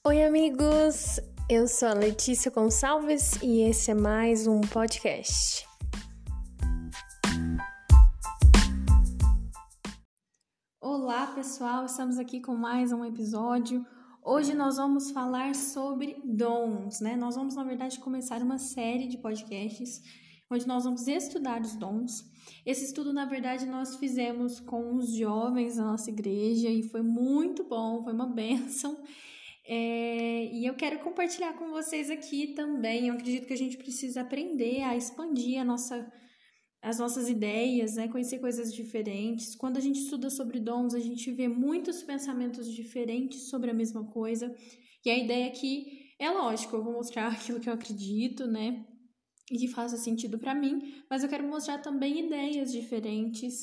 Oi, amigos! Eu sou a Letícia Gonçalves e esse é mais um podcast. Olá, pessoal! Estamos aqui com mais um episódio. Hoje nós vamos falar sobre dons, né? Nós vamos, na verdade, começar uma série de podcasts onde nós vamos estudar os dons. Esse estudo, na verdade, nós fizemos com os jovens da nossa igreja e foi muito bom, foi uma bênção. E eu quero compartilhar com vocês aqui também. Eu acredito que a gente precisa aprender a expandir as nossas ideias, né? Conhecer coisas diferentes. Quando a gente estuda sobre dons, a gente vê muitos pensamentos diferentes sobre a mesma coisa. E a ideia aqui é lógico, eu vou mostrar aquilo que eu acredito, né? E que faça sentido para mim, mas eu quero mostrar também ideias diferentes,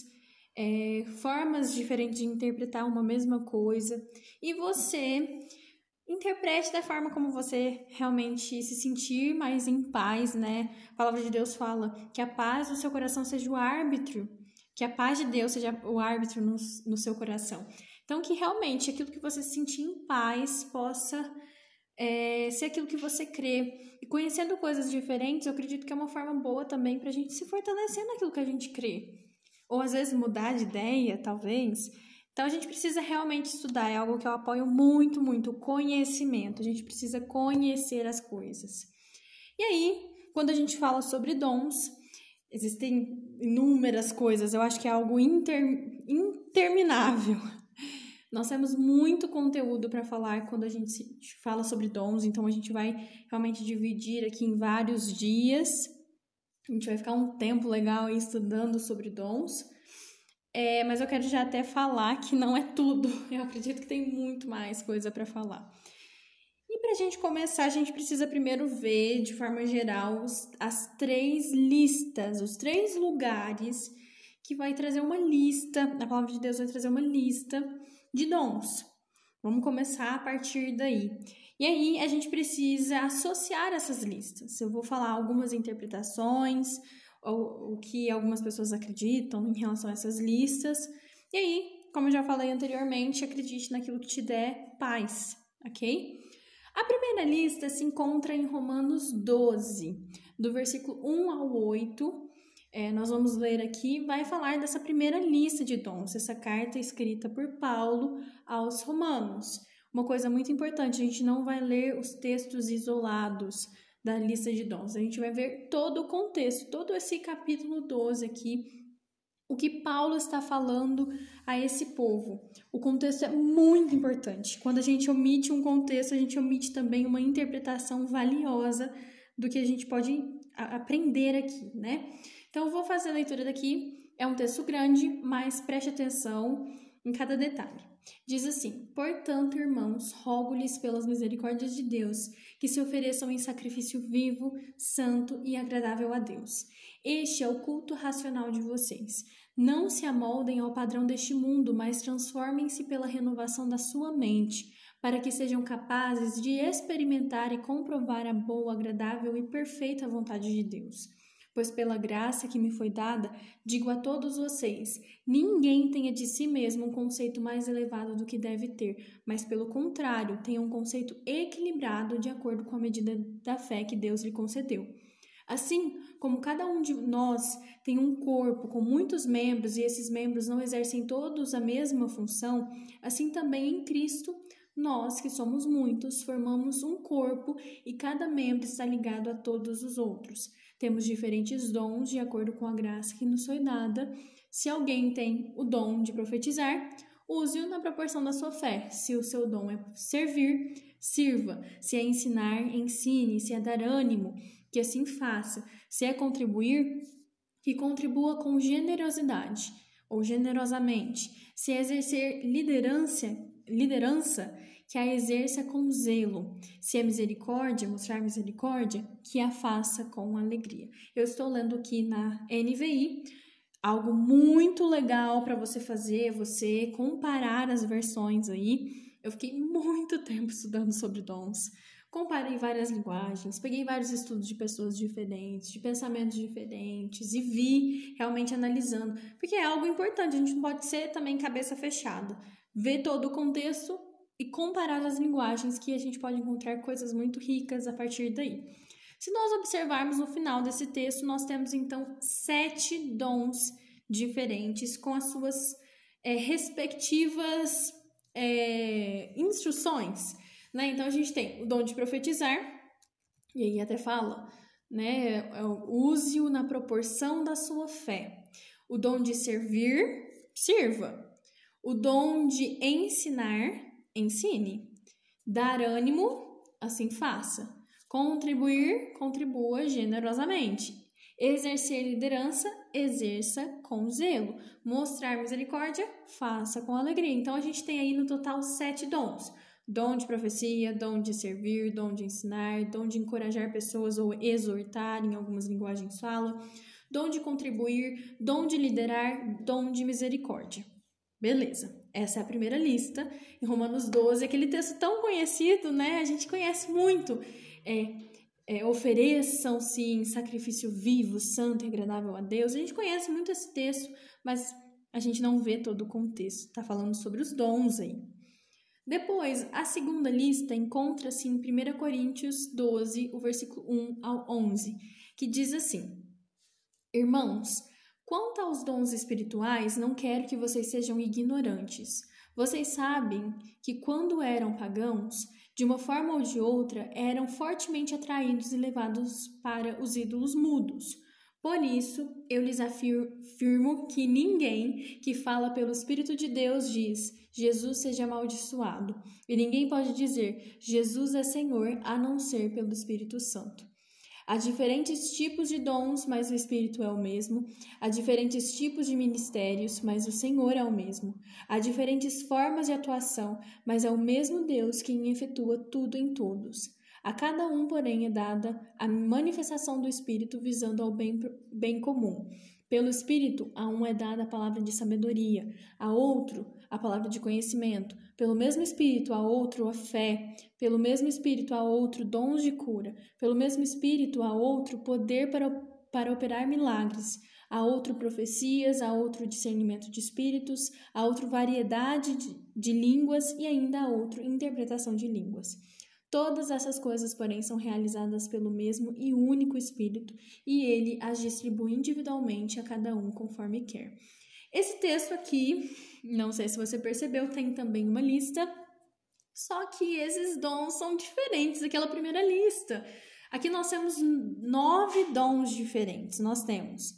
formas diferentes de interpretar uma mesma coisa. E você interprete da forma como você realmente se sentir mais em paz, né? A palavra de Deus fala que a paz do seu coração seja o árbitro, que a paz de Deus seja o árbitro no seu coração. Então, que realmente aquilo que você se sentir em paz possa ser aquilo que você crê. E conhecendo coisas diferentes, eu acredito que é uma forma boa também para a gente se fortalecer naquilo que a gente crê. Ou às vezes mudar de ideia, talvez. Então, a gente precisa realmente estudar, é algo que eu apoio muito, muito, conhecimento. A gente precisa conhecer as coisas. E aí, quando a gente fala sobre dons, existem inúmeras coisas, eu acho que é algo interminável. Nós temos muito conteúdo para falar quando a gente fala sobre dons, então a gente vai realmente dividir aqui em vários dias. A gente vai ficar um tempo legal aí estudando sobre dons. Mas eu quero já até falar que não é tudo. Eu acredito que tem muito mais coisa para falar. E para a gente começar, a gente precisa primeiro ver, de forma geral, as 3 listas, os 3 lugares que vai trazer uma lista, a palavra de Deus vai trazer uma lista de dons. Vamos começar a partir daí. E aí, a gente precisa associar essas listas. Eu vou falar algumas interpretações, o que algumas pessoas acreditam em relação a essas listas. E aí, como eu já falei anteriormente, acredite naquilo que te der paz, ok? A primeira lista se encontra em Romanos 12, do versículo 1 ao 8. Nós vamos ler aqui, vai falar dessa primeira lista de dons, essa carta escrita por Paulo aos Romanos. Uma coisa muito importante, a gente não vai ler os textos isolados da lista de dons, a gente vai ver todo o contexto, todo esse capítulo 12 aqui, o que Paulo está falando a esse povo. O contexto é muito importante. Quando a gente omite um contexto, a gente omite também uma interpretação valiosa do que a gente pode aprender aqui, né? Então, eu vou fazer a leitura daqui. É um texto grande, mas preste atenção em cada detalhe. Diz assim: portanto, irmãos, rogo-lhes pelas misericórdias de Deus, que se ofereçam em sacrifício vivo, santo e agradável a Deus. Este é o culto racional de vocês. Não se amoldem ao padrão deste mundo, mas transformem-se pela renovação da sua mente, para que sejam capazes de experimentar e comprovar a boa, agradável e perfeita vontade de Deus. Pois pela graça que me foi dada, digo a todos vocês, ninguém tenha de si mesmo um conceito mais elevado do que deve ter, mas pelo contrário, tenha um conceito equilibrado de acordo com a medida da fé que Deus lhe concedeu. Assim, como cada um de nós tem um corpo com muitos membros e esses membros não exercem todos a mesma função, assim também em Cristo, nós, que somos muitos, formamos um corpo e cada membro está ligado a todos os outros. Temos diferentes dons de acordo com a graça que nos foi dada. Se alguém tem o dom de profetizar, use-o na proporção da sua fé. Se o seu dom é servir, sirva. Se é ensinar, ensine. Se é dar ânimo, que assim faça. Se é contribuir, que contribua com generosidade ou generosamente. Se é exercer liderança, que a exerça com zelo. Se é misericórdia, mostrar misericórdia, que a faça com alegria. Eu estou lendo aqui na NVI, algo muito legal para você fazer, você comparar as versões aí. Eu fiquei muito tempo estudando sobre dons. Comparei várias linguagens, peguei vários estudos de pessoas diferentes, de pensamentos diferentes e vi realmente analisando, porque é algo importante, a gente não pode ser também cabeça fechada. Ver todo o contexto e comparar as linguagens, que a gente pode encontrar coisas muito ricas a partir daí. Se nós observarmos no final desse texto, nós temos então 7 dons diferentes com as suas respectivas instruções, né? Então a gente tem o dom de profetizar, e aí até fala, né? Use-o na proporção da sua fé. O dom de servir, sirva. O dom de ensinar, ensine. Dar ânimo, assim faça. Contribuir, contribua generosamente. Exercer liderança, exerça com zelo. Mostrar misericórdia, faça com alegria. Então, a gente tem aí no total 7 dons. Dom de profecia, dom de servir, dom de ensinar, dom de encorajar pessoas ou exortar, em algumas linguagens fala, dom de contribuir, dom de liderar, dom de misericórdia. Beleza, essa é a primeira lista. Em Romanos 12, aquele texto tão conhecido, né? A gente conhece muito. Ofereçam-se em sacrifício vivo, santo e agradável a Deus. A gente conhece muito esse texto, mas a gente não vê todo o contexto. Tá falando sobre os dons aí. Depois, a segunda lista encontra-se em 1 Coríntios 12, o versículo 1 ao 11, que diz assim: Irmãos, quanto aos dons espirituais, não quero que vocês sejam ignorantes. Vocês sabem que quando eram pagãos, de uma forma ou de outra, eram fortemente atraídos e levados para os ídolos mudos. Por isso, eu lhes afirmo que ninguém que fala pelo Espírito de Deus diz, Jesus seja amaldiçoado. E ninguém pode dizer, Jesus é Senhor, a não ser pelo Espírito Santo. Há diferentes tipos de dons, mas o Espírito é o mesmo. Há diferentes tipos de ministérios, mas o Senhor é o mesmo. Há diferentes formas de atuação, mas é o mesmo Deus quem efetua tudo em todos. A cada um, porém, é dada a manifestação do Espírito visando ao bem comum. Pelo Espírito, a um é dada a palavra de sabedoria, a outro a palavra de conhecimento. Pelo mesmo Espírito, a outro a fé. Pelo mesmo Espírito, a outro dons de cura. Pelo mesmo Espírito, a outro poder para operar milagres. A outro profecias, a outro discernimento de espíritos, a outro variedade de línguas e ainda a outro interpretação de línguas. Todas essas coisas, porém, são realizadas pelo mesmo e único Espírito, e ele as distribui individualmente a cada um conforme quer. Esse texto aqui, não sei se você percebeu, tem também uma lista, só que esses dons são diferentes daquela primeira lista. Aqui nós temos 9 dons diferentes. Nós temos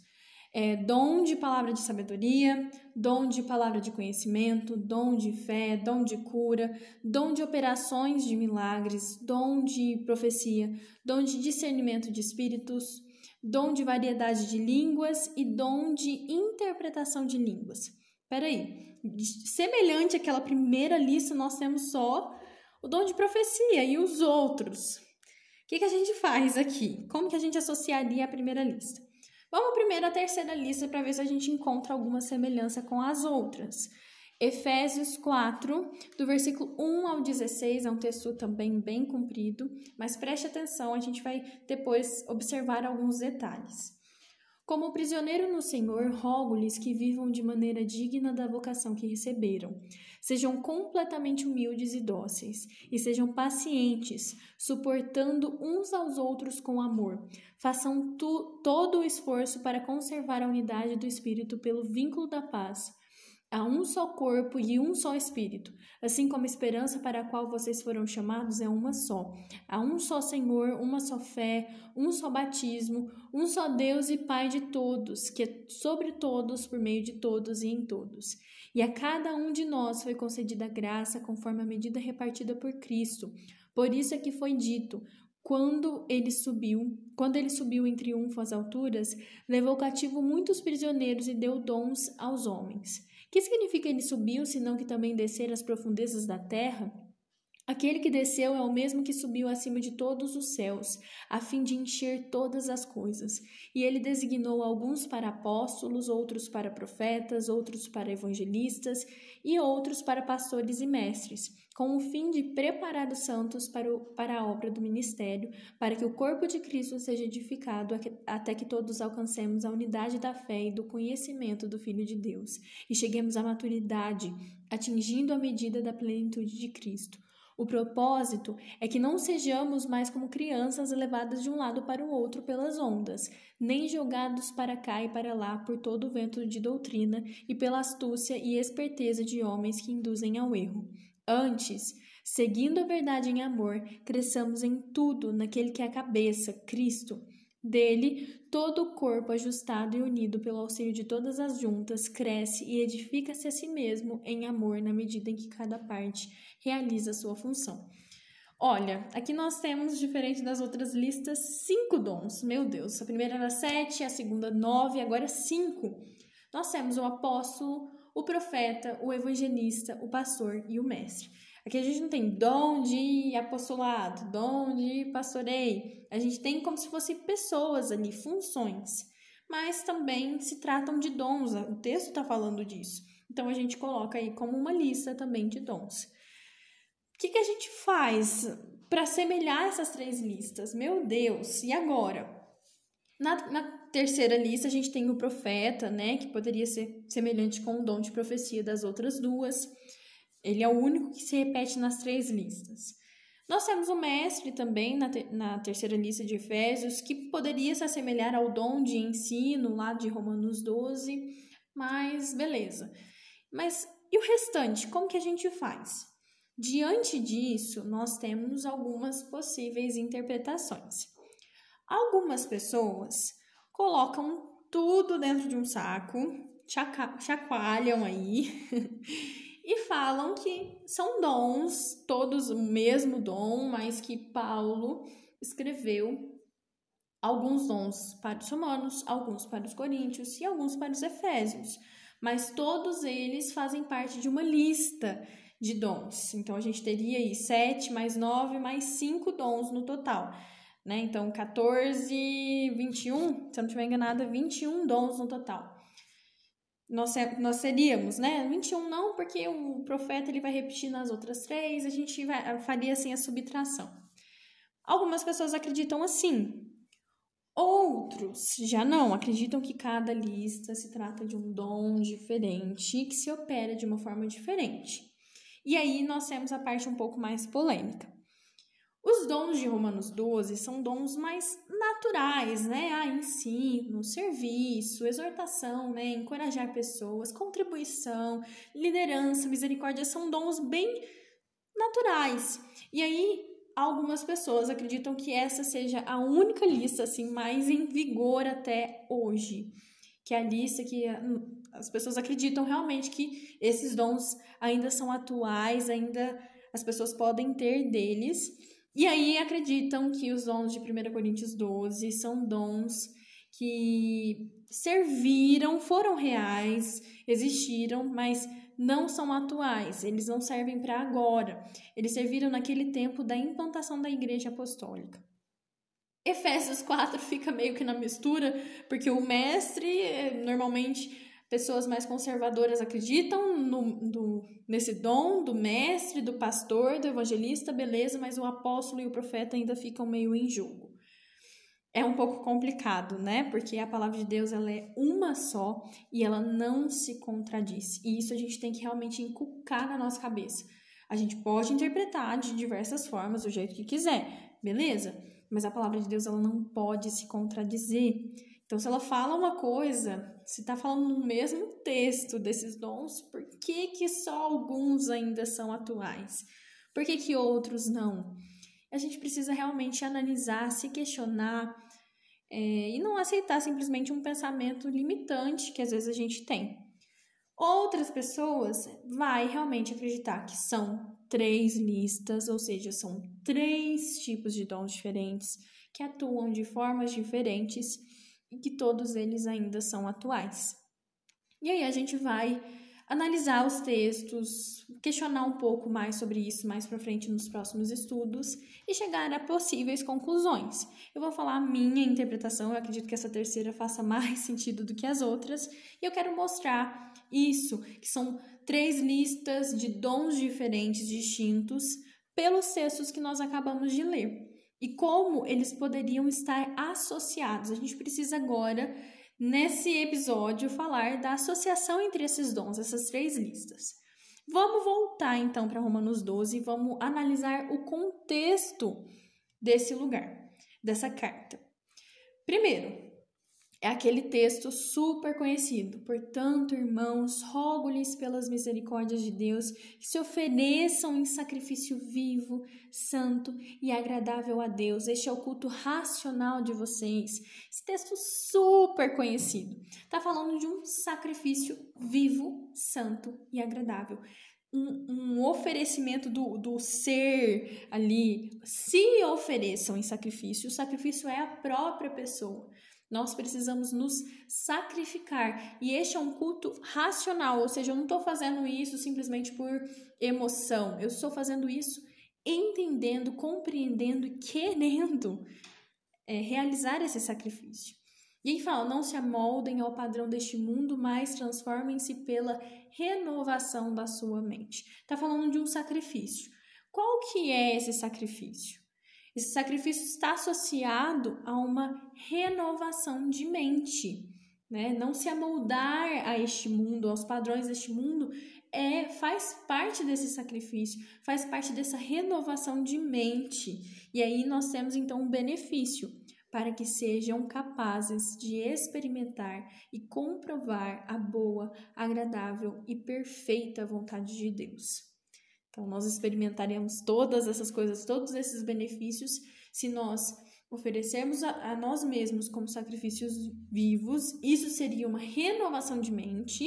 dom de palavra de sabedoria, dom de palavra de conhecimento, dom de fé, dom de cura, dom de operações de milagres, dom de profecia, dom de discernimento de espíritos, dom de variedade de línguas e dom de interpretação de línguas. Peraí, semelhante àquela primeira lista, nós temos só o dom de profecia e os outros. O que a gente faz aqui? Como que a gente associaria a primeira lista? Vamos primeiro à terceira lista para ver se a gente encontra alguma semelhança com as outras. Efésios 4, do versículo 1 ao 16, é um texto também bem comprido, mas preste atenção, a gente vai depois observar alguns detalhes. Como prisioneiro no Senhor, rogo-lhes que vivam de maneira digna da vocação que receberam. Sejam completamente humildes e dóceis, e sejam pacientes, suportando uns aos outros com amor. Façam todo o esforço para conservar a unidade do Espírito pelo vínculo da paz. Há um só corpo e um só Espírito, assim como a esperança para a qual vocês foram chamados é uma só. Há um só Senhor, uma só fé, um só batismo, um só Deus e Pai de todos, que é sobre todos, por meio de todos e em todos. E a cada um de nós foi concedida a graça conforme a medida repartida por Cristo. Por isso é que foi dito, quando ele subiu em triunfo às alturas, levou cativo muitos prisioneiros e deu dons aos homens. Que significa ele subiu, senão que também descer às profundezas da terra? Aquele que desceu é o mesmo que subiu acima de todos os céus, a fim de encher todas as coisas. E ele designou alguns para apóstolos, outros para profetas, outros para evangelistas e outros para pastores e mestres, com o fim de preparar os santos para a obra do ministério, para que o corpo de Cristo seja edificado até que todos alcancemos a unidade da fé e do conhecimento do Filho de Deus, e cheguemos à maturidade, atingindo a medida da plenitude de Cristo. O propósito é que não sejamos mais como crianças levadas de um lado para o outro pelas ondas, nem jogados para cá e para lá por todo o vento de doutrina e pela astúcia e esperteza de homens que induzem ao erro. Antes, seguindo a verdade em amor, cresçamos em tudo naquele que é a cabeça, Cristo. Dele, todo o corpo ajustado e unido pelo auxílio de todas as juntas cresce e edifica-se a si mesmo em amor na medida em que cada parte realiza a sua função. Olha, aqui nós temos, diferente das outras listas, 5 dons. Meu Deus, a primeira era 7, a segunda 9, agora 5. Nós temos o apóstolo, o profeta, o evangelista, o pastor e o mestre. Aqui a gente não tem dom de apostolado, dom de pastoreio. A gente tem como se fossem pessoas ali, funções. Mas também se tratam de dons, o texto está falando disso. Então a gente coloca aí como uma lista também de dons. O que a gente faz para semelhar essas 3 listas? Meu Deus, e agora? Na terceira lista a gente tem o profeta, né, que poderia ser semelhante com o dom de profecia das outras 2. Ele é o único que se repete nas 3 listas. Nós temos o mestre também na terceira lista de Efésios, que poderia se assemelhar ao dom de ensino lá de Romanos 12, mas beleza. Mas e o restante, como que a gente faz? Diante disso, nós temos algumas possíveis interpretações. Algumas pessoas colocam tudo dentro de um saco, chacoalham aí e falam que são dons, todos o mesmo dom, mas que Paulo escreveu alguns dons para os romanos, alguns para os coríntios e alguns para os efésios. Mas todos eles fazem parte de uma lista de dons. Então, a gente teria aí 7 mais 9 mais 5 dons no total. Né? Então, 14, 21, se eu não estiver enganada, 21 dons no total. Nós seríamos, né? 21 não, porque o profeta ele vai repetir nas outras 3, a gente faria assim a subtração. Algumas pessoas acreditam assim. Outros já não, acreditam que cada lista se trata de um dom diferente, que se opera de uma forma diferente. E aí nós temos a parte um pouco mais polêmica. Os dons de Romanos 12 são dons mais naturais, né? Ensino, serviço, exortação, né? Encorajar pessoas, contribuição, liderança, misericórdia, são dons bem naturais. E aí, algumas pessoas acreditam que essa seja a única lista assim, mais em vigor até hoje. Que é a lista que as pessoas acreditam realmente que esses dons ainda são atuais, ainda as pessoas podem ter deles. E aí acreditam que os dons de 1 Coríntios 12 são dons que serviram, foram reais, existiram, mas não são atuais, eles não servem para agora. Eles serviram naquele tempo da implantação da igreja apostólica. Efésios 4 fica meio que na mistura, porque o mestre, normalmente, pessoas mais conservadoras acreditam nesse dom do mestre, do pastor, do evangelista, beleza, mas o apóstolo e o profeta ainda ficam meio em jogo. É um pouco complicado, né? Porque a palavra de Deus ela é uma só e ela não se contradiz. E isso a gente tem que realmente inculcar na nossa cabeça. A gente pode interpretar de diversas formas, do jeito que quiser, beleza? Mas a palavra de Deus ela não pode se contradizer. Então, se ela fala uma coisa, se está falando no mesmo texto desses dons, por que só alguns ainda são atuais? Por que outros não? A gente precisa realmente analisar, se questionar e não aceitar simplesmente um pensamento limitante que às vezes a gente tem. Outras pessoas vai realmente acreditar que são 3 listas, ou seja, são 3 tipos de dons diferentes que atuam de formas diferentes e que todos eles ainda são atuais. E aí a gente vai analisar os textos, questionar um pouco mais sobre isso mais para frente nos próximos estudos e chegar a possíveis conclusões. Eu vou falar a minha interpretação, eu acredito que essa terceira faça mais sentido do que as outras, e eu quero mostrar isso, que são 3 listas de dons diferentes, distintos, pelos textos que nós acabamos de ler. E como eles poderiam estar associados. A gente precisa agora, nesse episódio, falar da associação entre esses dons, essas 3 listas. Vamos voltar então para Romanos 12 e vamos analisar o contexto desse lugar, dessa carta. Primeiro, é aquele texto super conhecido. Portanto, irmãos, rogo-lhes pelas misericórdias de Deus que se ofereçam em sacrifício vivo, santo e agradável a Deus. Este é o culto racional de vocês. Esse texto super conhecido. Está falando de um sacrifício vivo, santo e agradável. Um oferecimento do ser ali. Se ofereçam em sacrifício, o sacrifício é a própria pessoa. Nós precisamos nos sacrificar. E este é um culto racional, ou seja, eu não estou fazendo isso simplesmente por emoção. Eu estou fazendo isso entendendo, compreendendo e querendo realizar esse sacrifício. E aí fala, não se amoldem ao padrão deste mundo, mas transformem-se pela renovação da sua mente. Está falando de um sacrifício. Qual que é esse sacrifício? Esse sacrifício está associado a uma renovação de mente, né? Não se amoldar a este mundo, aos padrões deste mundo, faz parte desse sacrifício, faz parte dessa renovação de mente. E aí nós temos então um benefício para que sejam capazes de experimentar e comprovar a boa, agradável e perfeita vontade de Deus. Então, nós experimentaremos todas essas coisas, todos esses benefícios, se nós oferecermos a nós mesmos como sacrifícios vivos. Isso seria uma renovação de mente.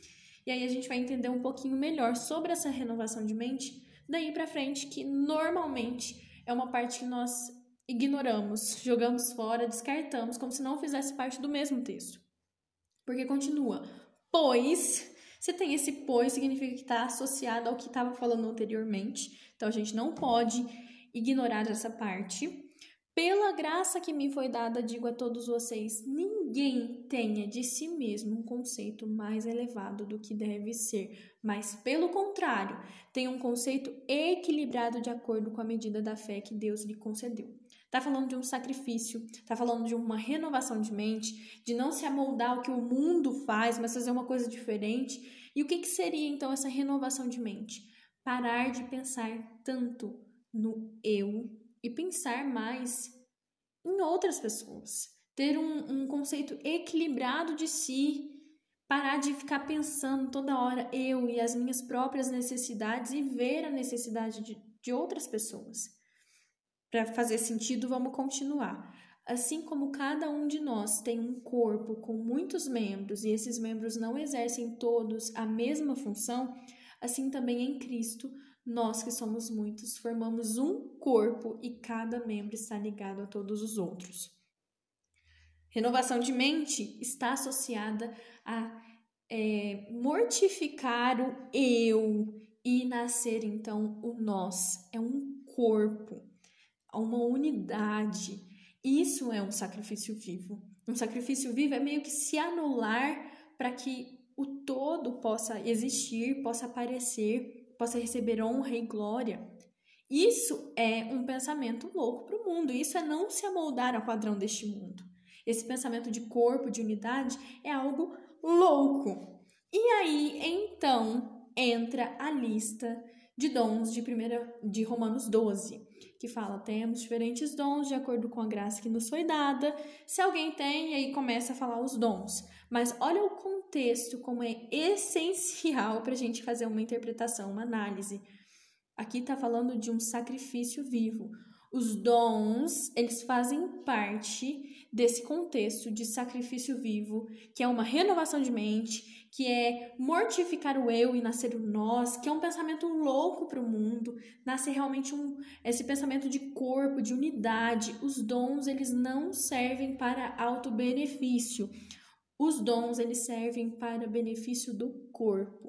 E aí a gente vai entender um pouquinho melhor sobre essa renovação de mente daí para frente, que normalmente é uma parte que nós ignoramos, jogamos fora, descartamos, como se não fizesse parte do mesmo texto. Porque continua, pois... Se tem esse pois, significa que está associado ao que estava falando anteriormente. Então, a gente não pode ignorar essa parte. Pela graça que me foi dada, digo a todos vocês, ninguém tenha de si mesmo um conceito mais elevado do que deve ser. Mas, pelo contrário, tenha um conceito equilibrado de acordo com a medida da fé que Deus lhe concedeu. Está falando de um sacrifício, está falando de uma renovação de mente, de não se amoldar ao que o mundo faz, mas fazer uma coisa diferente. E o que seria, então, essa renovação de mente? Parar de pensar tanto no eu e pensar mais em outras pessoas. Ter um conceito equilibrado de si, parar de ficar pensando toda hora eu e as minhas próprias necessidades e ver a necessidade de outras pessoas. Para fazer sentido, vamos continuar. Assim como cada um de nós tem um corpo com muitos membros e esses membros não exercem todos a mesma função, assim também em Cristo, nós que somos muitos, formamos um corpo e cada membro está ligado a todos os outros. Renovação de mente está associada a mortificar o eu e nascer então o nós. É um corpo. Uma unidade. Isso é um sacrifício vivo. Um sacrifício vivo é meio que se anular para que o todo possa existir, possa aparecer, possa receber honra e glória. Isso é um pensamento louco para o mundo. Isso é não se amoldar ao padrão deste mundo. Esse pensamento de corpo, de unidade, é algo louco. E aí, então, entra a lista de dons de Romanos 12, que fala, temos diferentes dons de acordo com a graça que nos foi dada. Se alguém tem, aí começa a falar os dons. Mas olha o contexto, como é essencial para a gente fazer uma interpretação, uma análise. Aqui está falando de um sacrifício vivo. Os dons, eles fazem parte desse contexto de sacrifício vivo, que é uma renovação de mente, que é mortificar o eu e nascer o nós, que é um pensamento louco para o mundo, nascer realmente esse pensamento de corpo, de unidade. Os dons, eles não servem para autobenefício. Os dons, eles servem para benefício do corpo.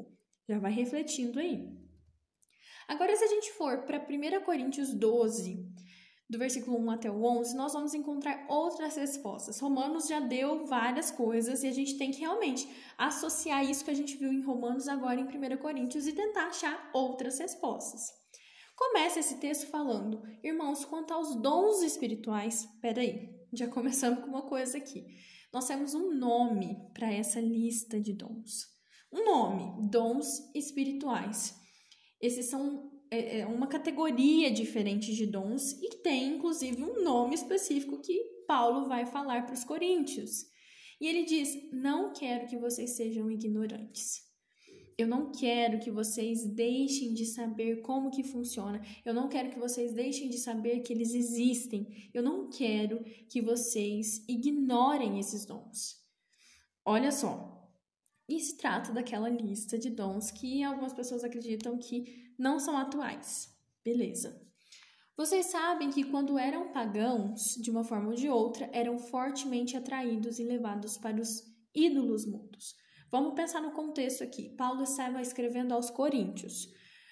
Já vai refletindo aí. Agora, se a gente for para 1 Coríntios 12, do versículo 1 até o 11, nós vamos encontrar outras respostas. Romanos já deu várias coisas e a gente tem que realmente associar isso que a gente viu em Romanos agora em 1 Coríntios e tentar achar outras respostas. Começa esse texto falando, irmãos, quanto aos dons espirituais, peraí, já começamos com uma coisa aqui. Nós temos um nome para essa lista de dons. Um nome, dons espirituais. Esses são uma categoria diferente de dons e tem, inclusive, um nome específico que Paulo vai falar para os coríntios. E ele diz, não quero que vocês sejam ignorantes. Eu não quero que vocês deixem de saber como que funciona. Eu não quero que vocês deixem de saber que eles existem. Eu não quero que vocês ignorem esses dons. Olha só. E se trata daquela lista de dons que algumas pessoas acreditam que não são atuais. Beleza. Vocês sabem que quando eram pagãos, de uma forma ou de outra, eram fortemente atraídos e levados para os ídolos mudos. Vamos pensar no contexto aqui. Paulo estava escrevendo aos coríntios.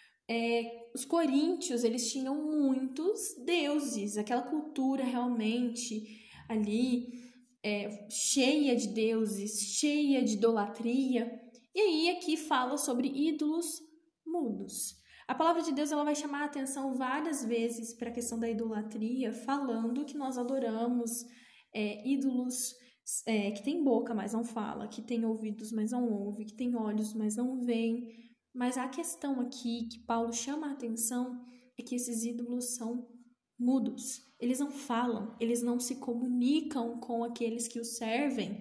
Os coríntios, eles tinham muitos deuses, aquela cultura realmente ali cheia de deuses, cheia de idolatria. E aí aqui fala sobre ídolos mudos. A palavra de Deus ela vai chamar a atenção várias vezes para a questão da idolatria, falando que nós adoramos ídolos que tem boca, mas não fala, que tem ouvidos, mas não ouve, que tem olhos, mas não veem. Mas a questão aqui que Paulo chama a atenção é que esses ídolos são mudos. Eles não falam, eles não se comunicam com aqueles que os servem.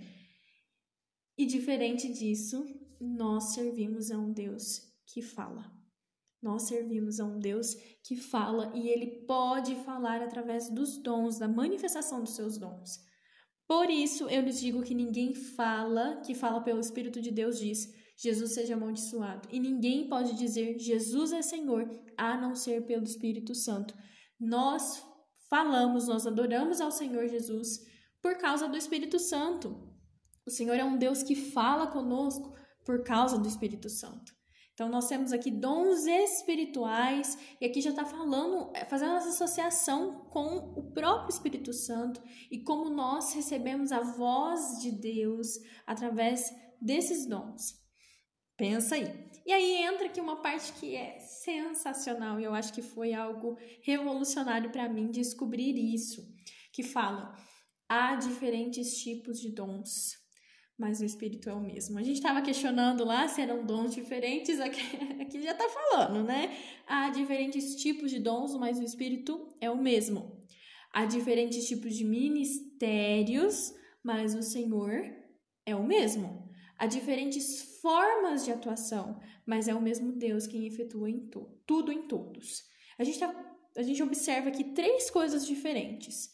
E diferente disso, nós servimos a um Deus que fala. Nós servimos a um Deus que fala e Ele pode falar através dos dons, da manifestação dos seus dons. Por isso, eu lhes digo que ninguém que fala pelo Espírito de Deus diz, Jesus seja amaldiçoado. E ninguém pode dizer, Jesus é Senhor, a não ser pelo Espírito Santo. Nós falamos, nós adoramos ao Senhor Jesus por causa do Espírito Santo. O Senhor é um Deus que fala conosco por causa do Espírito Santo. Então, nós temos aqui dons espirituais, e aqui já está fazendo essa associação com o próprio Espírito Santo e como nós recebemos a voz de Deus através desses dons. Pensa aí. E aí entra aqui uma parte que é sensacional, e eu acho que foi algo revolucionário para mim descobrir isso, que fala, há diferentes tipos de dons, mas o Espírito é o mesmo. A gente estava questionando lá se eram dons diferentes, aqui já está falando, né? Há diferentes tipos de dons, mas o Espírito é o mesmo. Há diferentes tipos de ministérios, mas o Senhor é o mesmo. Há diferentes formas de atuação, mas é o mesmo Deus quem efetua tudo em todos. A gente observa aqui 3 coisas diferentes.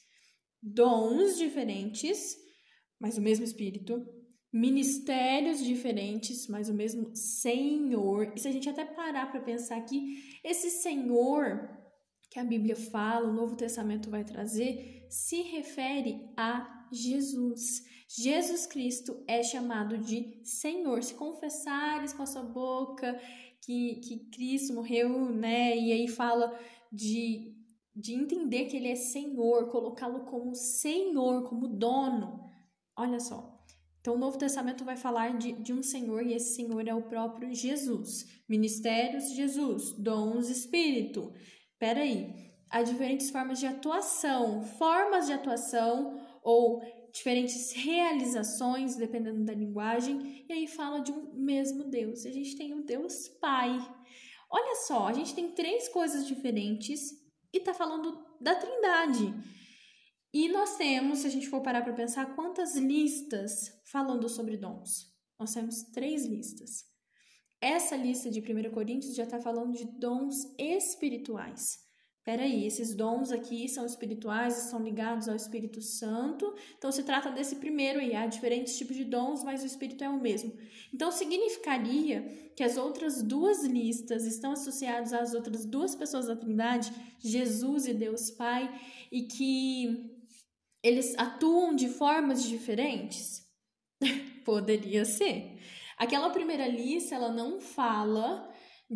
Dons diferentes, mas o mesmo Espírito. Ministérios diferentes, mas o mesmo Senhor. E se a gente até parar para pensar aqui, esse Senhor que a Bíblia fala, o Novo Testamento vai trazer, se refere a Jesus. Jesus Cristo é chamado de Senhor. Se confessares com a sua boca que Cristo morreu, né? E aí fala de entender que Ele é Senhor, colocá-lo como Senhor, como dono. Olha só. Então, o Novo Testamento vai falar de um Senhor, e esse Senhor é o próprio Jesus. Ministérios, Jesus. Dons, Espírito. Peraí. Há diferentes formas de atuação, ou diferentes realizações, dependendo da linguagem, e aí fala de um mesmo Deus. A gente tem um Deus Pai. Olha só, a gente tem 3 coisas diferentes e está falando da Trindade. E nós temos, se a gente for parar para pensar, quantas listas falando sobre dons? Nós temos 3 listas. Essa lista de 1 Coríntios já está falando de dons espirituais. Peraí, esses dons aqui são espirituais, estão ligados ao Espírito Santo. Então, se trata desse primeiro aí. Há diferentes tipos de dons, mas o Espírito é o mesmo. Então, significaria que as outras 2 listas estão associadas às outras 2 pessoas da Trindade, Jesus e Deus Pai, e que eles atuam de formas diferentes? Poderia ser. Aquela primeira lista, ela não fala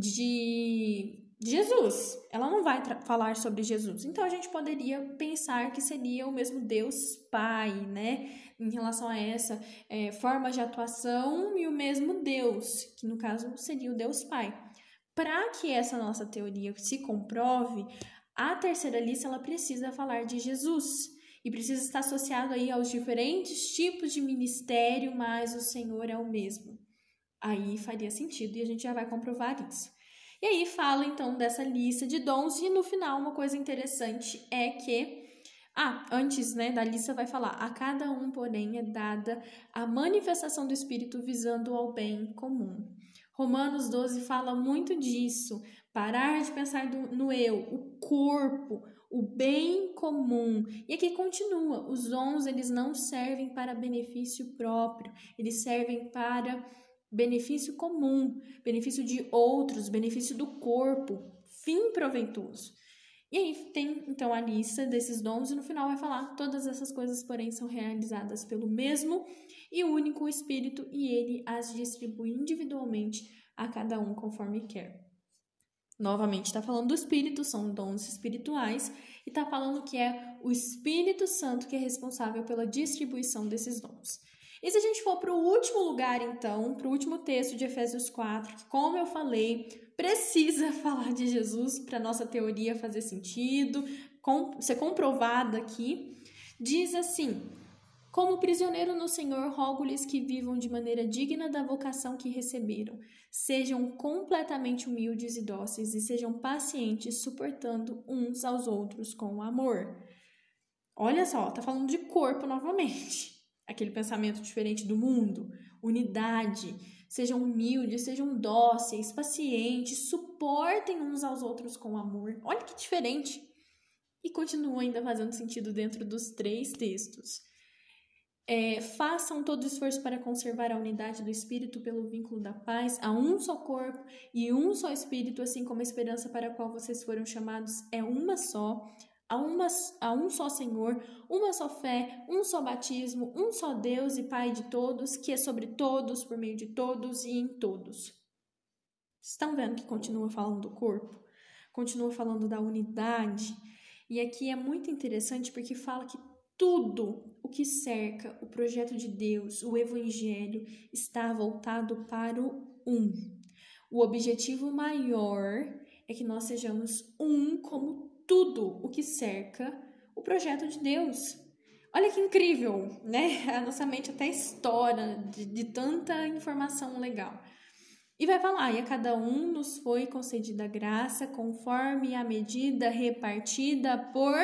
de Jesus. Ela não vai falar sobre Jesus. Então, a gente poderia pensar que seria o mesmo Deus Pai, né? Em relação a essa forma de atuação e o mesmo Deus, que no caso seria o Deus Pai. Para que essa nossa teoria se comprove, a terceira lista ela precisa falar de Jesus e precisa estar associado aí aos diferentes tipos de ministério, mas o Senhor é o mesmo. Aí faria sentido e a gente já vai comprovar isso. E aí fala então dessa lista de dons e no final uma coisa interessante é que antes, da lista vai falar: a cada um, porém, é dada a manifestação do Espírito visando ao bem comum. Romanos 12 fala muito disso. Parar de pensar no eu, o corpo, o bem comum. E aqui continua: os dons, eles não servem para benefício próprio, eles servem para benefício comum, benefício de outros, benefício do corpo, fim proveitoso. E aí tem, então, a lista desses dons e no final vai falar: todas essas coisas, porém, são realizadas pelo mesmo e único Espírito e ele as distribui individualmente a cada um conforme quer. Novamente, está falando do Espírito, são dons espirituais e está falando que é o Espírito Santo que é responsável pela distribuição desses dons. E se a gente for para o último lugar, então, para o último texto de Efésios 4, que, como eu falei, precisa falar de Jesus para a nossa teoria fazer sentido, ser comprovada aqui, diz assim: como prisioneiro no Senhor, rogo-lhes que vivam de maneira digna da vocação que receberam, sejam completamente humildes e dóceis e sejam pacientes, suportando uns aos outros com amor. Olha só, tá falando de corpo novamente. Aquele pensamento diferente do mundo, unidade, sejam humildes, sejam dóceis, pacientes, suportem uns aos outros com amor. Olha que diferente! E continua ainda fazendo sentido dentro dos 3 textos. Façam todo esforço para conservar a unidade do Espírito pelo vínculo da paz, a um só corpo e um só Espírito, assim como a esperança para a qual vocês foram chamados é uma só. A um só Senhor, uma só fé, um só batismo, um só Deus e Pai de todos, que é sobre todos, por meio de todos e em todos. Estão vendo que continua falando do corpo? Continua falando da unidade. E aqui é muito interessante porque fala que tudo o que cerca o projeto de Deus, o Evangelho, está voltado para o um. O objetivo maior é que nós sejamos um como tudo o que cerca o projeto de Deus. Olha que incrível, né? A nossa mente até estoura de tanta informação legal. E vai falar: e a cada um nos foi concedida graça conforme a medida repartida por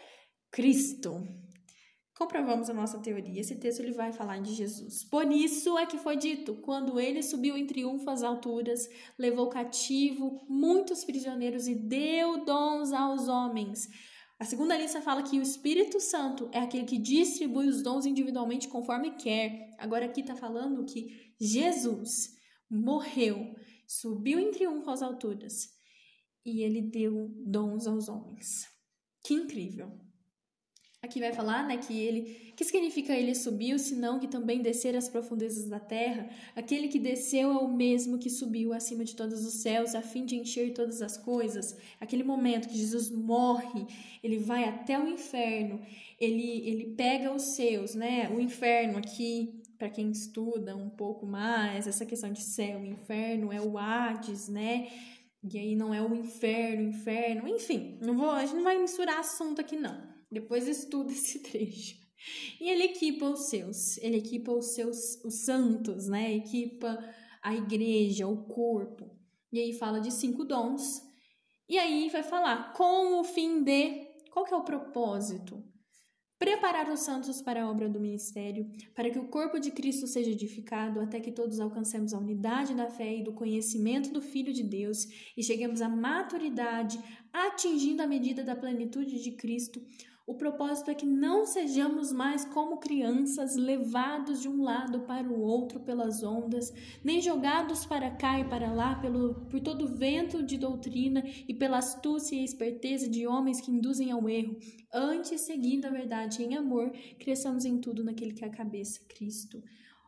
Cristo. Comprovamos a nossa teoria. Esse texto ele vai falar de Jesus. Por isso é que foi dito: quando ele subiu em triunfo às alturas, levou cativo muitos prisioneiros e deu dons aos homens. A segunda lista fala que o Espírito Santo é aquele que distribui os dons individualmente conforme quer. Agora aqui está falando que Jesus morreu, subiu em triunfo às alturas e ele deu dons aos homens. Que incrível! Aqui vai falar, que significa ele subiu, senão que também descer às profundezas da terra. Aquele que desceu é o mesmo que subiu acima de todos os céus, a fim de encher todas as coisas. Aquele momento que Jesus morre, ele vai até o inferno, ele pega os seus, O inferno aqui, para quem estuda um pouco mais, essa questão de céu e inferno é o Hades, E aí não é o inferno, enfim, a gente não vai misturar assunto aqui não. Depois estuda esse trecho. E ele equipa os santos, Equipa a igreja, o corpo. E aí fala de 5 dons. E aí vai falar com o fim de... Qual que é o propósito? Preparar os santos para a obra do ministério, para que o corpo de Cristo seja edificado, até que todos alcancemos a unidade da fé e do conhecimento do Filho de Deus e cheguemos à maturidade, atingindo a medida da plenitude de Cristo. O propósito é que não sejamos mais como crianças, levados de um lado para o outro pelas ondas, nem jogados para cá e para lá por todo vento de doutrina e pela astúcia e esperteza de homens que induzem ao erro. Antes, seguindo a verdade em amor, cresçamos em tudo naquele que é a cabeça, Cristo.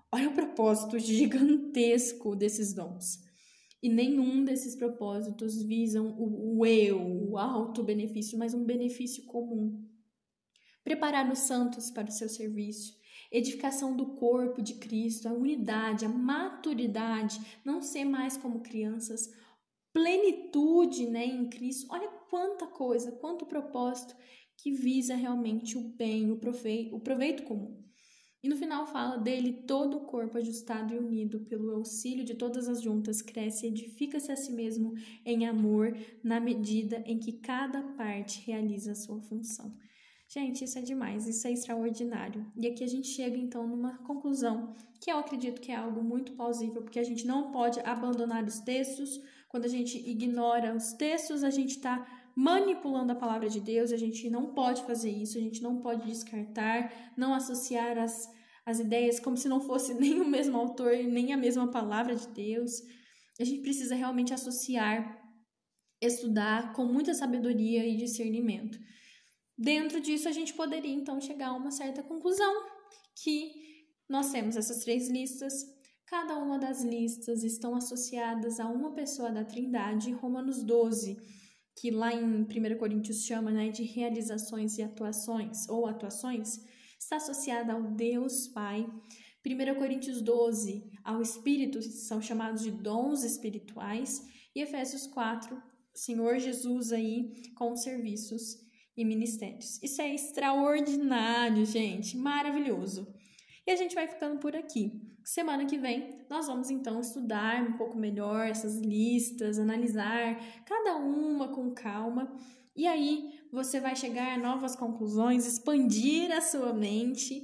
Olha o propósito gigantesco desses dons. E nenhum desses propósitos visam o eu, o auto-benefício, mas um benefício comum. Preparar os santos para o seu serviço, edificação do corpo de Cristo, a unidade, a maturidade, não ser mais como crianças, plenitude, né, em Cristo. Olha quanta coisa, quanto propósito que visa realmente o bem, o proveito comum. E no final fala dele, todo o corpo ajustado e unido pelo auxílio de todas as juntas cresce e edifica-se a si mesmo em amor, na medida em que cada parte realiza a sua função. Gente, isso é demais, isso é extraordinário. E aqui a gente chega então numa conclusão, que eu acredito que é algo muito plausível, porque a gente não pode abandonar os textos. Quando a gente ignora os textos, a gente está manipulando a palavra de Deus, a gente não pode fazer isso, a gente não pode descartar, não associar as ideias como se não fosse nem o mesmo autor, nem a mesma palavra de Deus. A gente precisa realmente associar, estudar com muita sabedoria e discernimento. Dentro disso, a gente poderia, então, chegar a uma certa conclusão, que nós temos essas 3 listas, cada uma das listas estão associadas a uma pessoa da Trindade. Romanos 12, que lá em 1 Coríntios chama, né, de realizações e atuações, ou atuações, está associada ao Deus Pai. 1 Coríntios 12, ao Espírito, são chamados de dons espirituais. E Efésios 4, Senhor Jesus aí com os serviços e ministérios. Isso é extraordinário, gente, maravilhoso. E a gente vai ficando por aqui. Semana que vem, nós vamos então estudar um pouco melhor essas listas, analisar cada uma com calma. E aí você vai chegar a novas conclusões, expandir a sua mente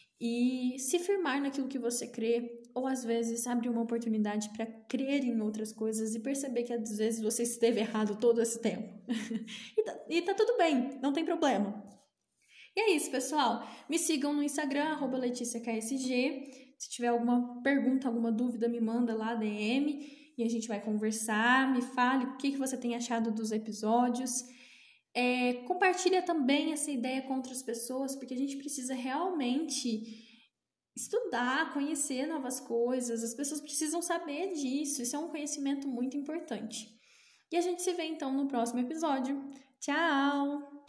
e se firmar naquilo que você crê, ou às vezes abrir uma oportunidade para crer em outras coisas e perceber que às vezes você esteve errado todo esse tempo. e tá tudo bem, não tem problema. E é isso, pessoal. Me sigam no Instagram, @LeticiaKSG. Se tiver alguma pergunta, alguma dúvida, me manda lá, DM, e a gente vai conversar. Me fale o que você tem achado dos episódios. Compartilha também essa ideia com outras pessoas, porque a gente precisa realmente estudar, conhecer novas coisas. As pessoas precisam saber disso. Isso é um conhecimento muito importante. E a gente se vê então no próximo episódio. Tchau!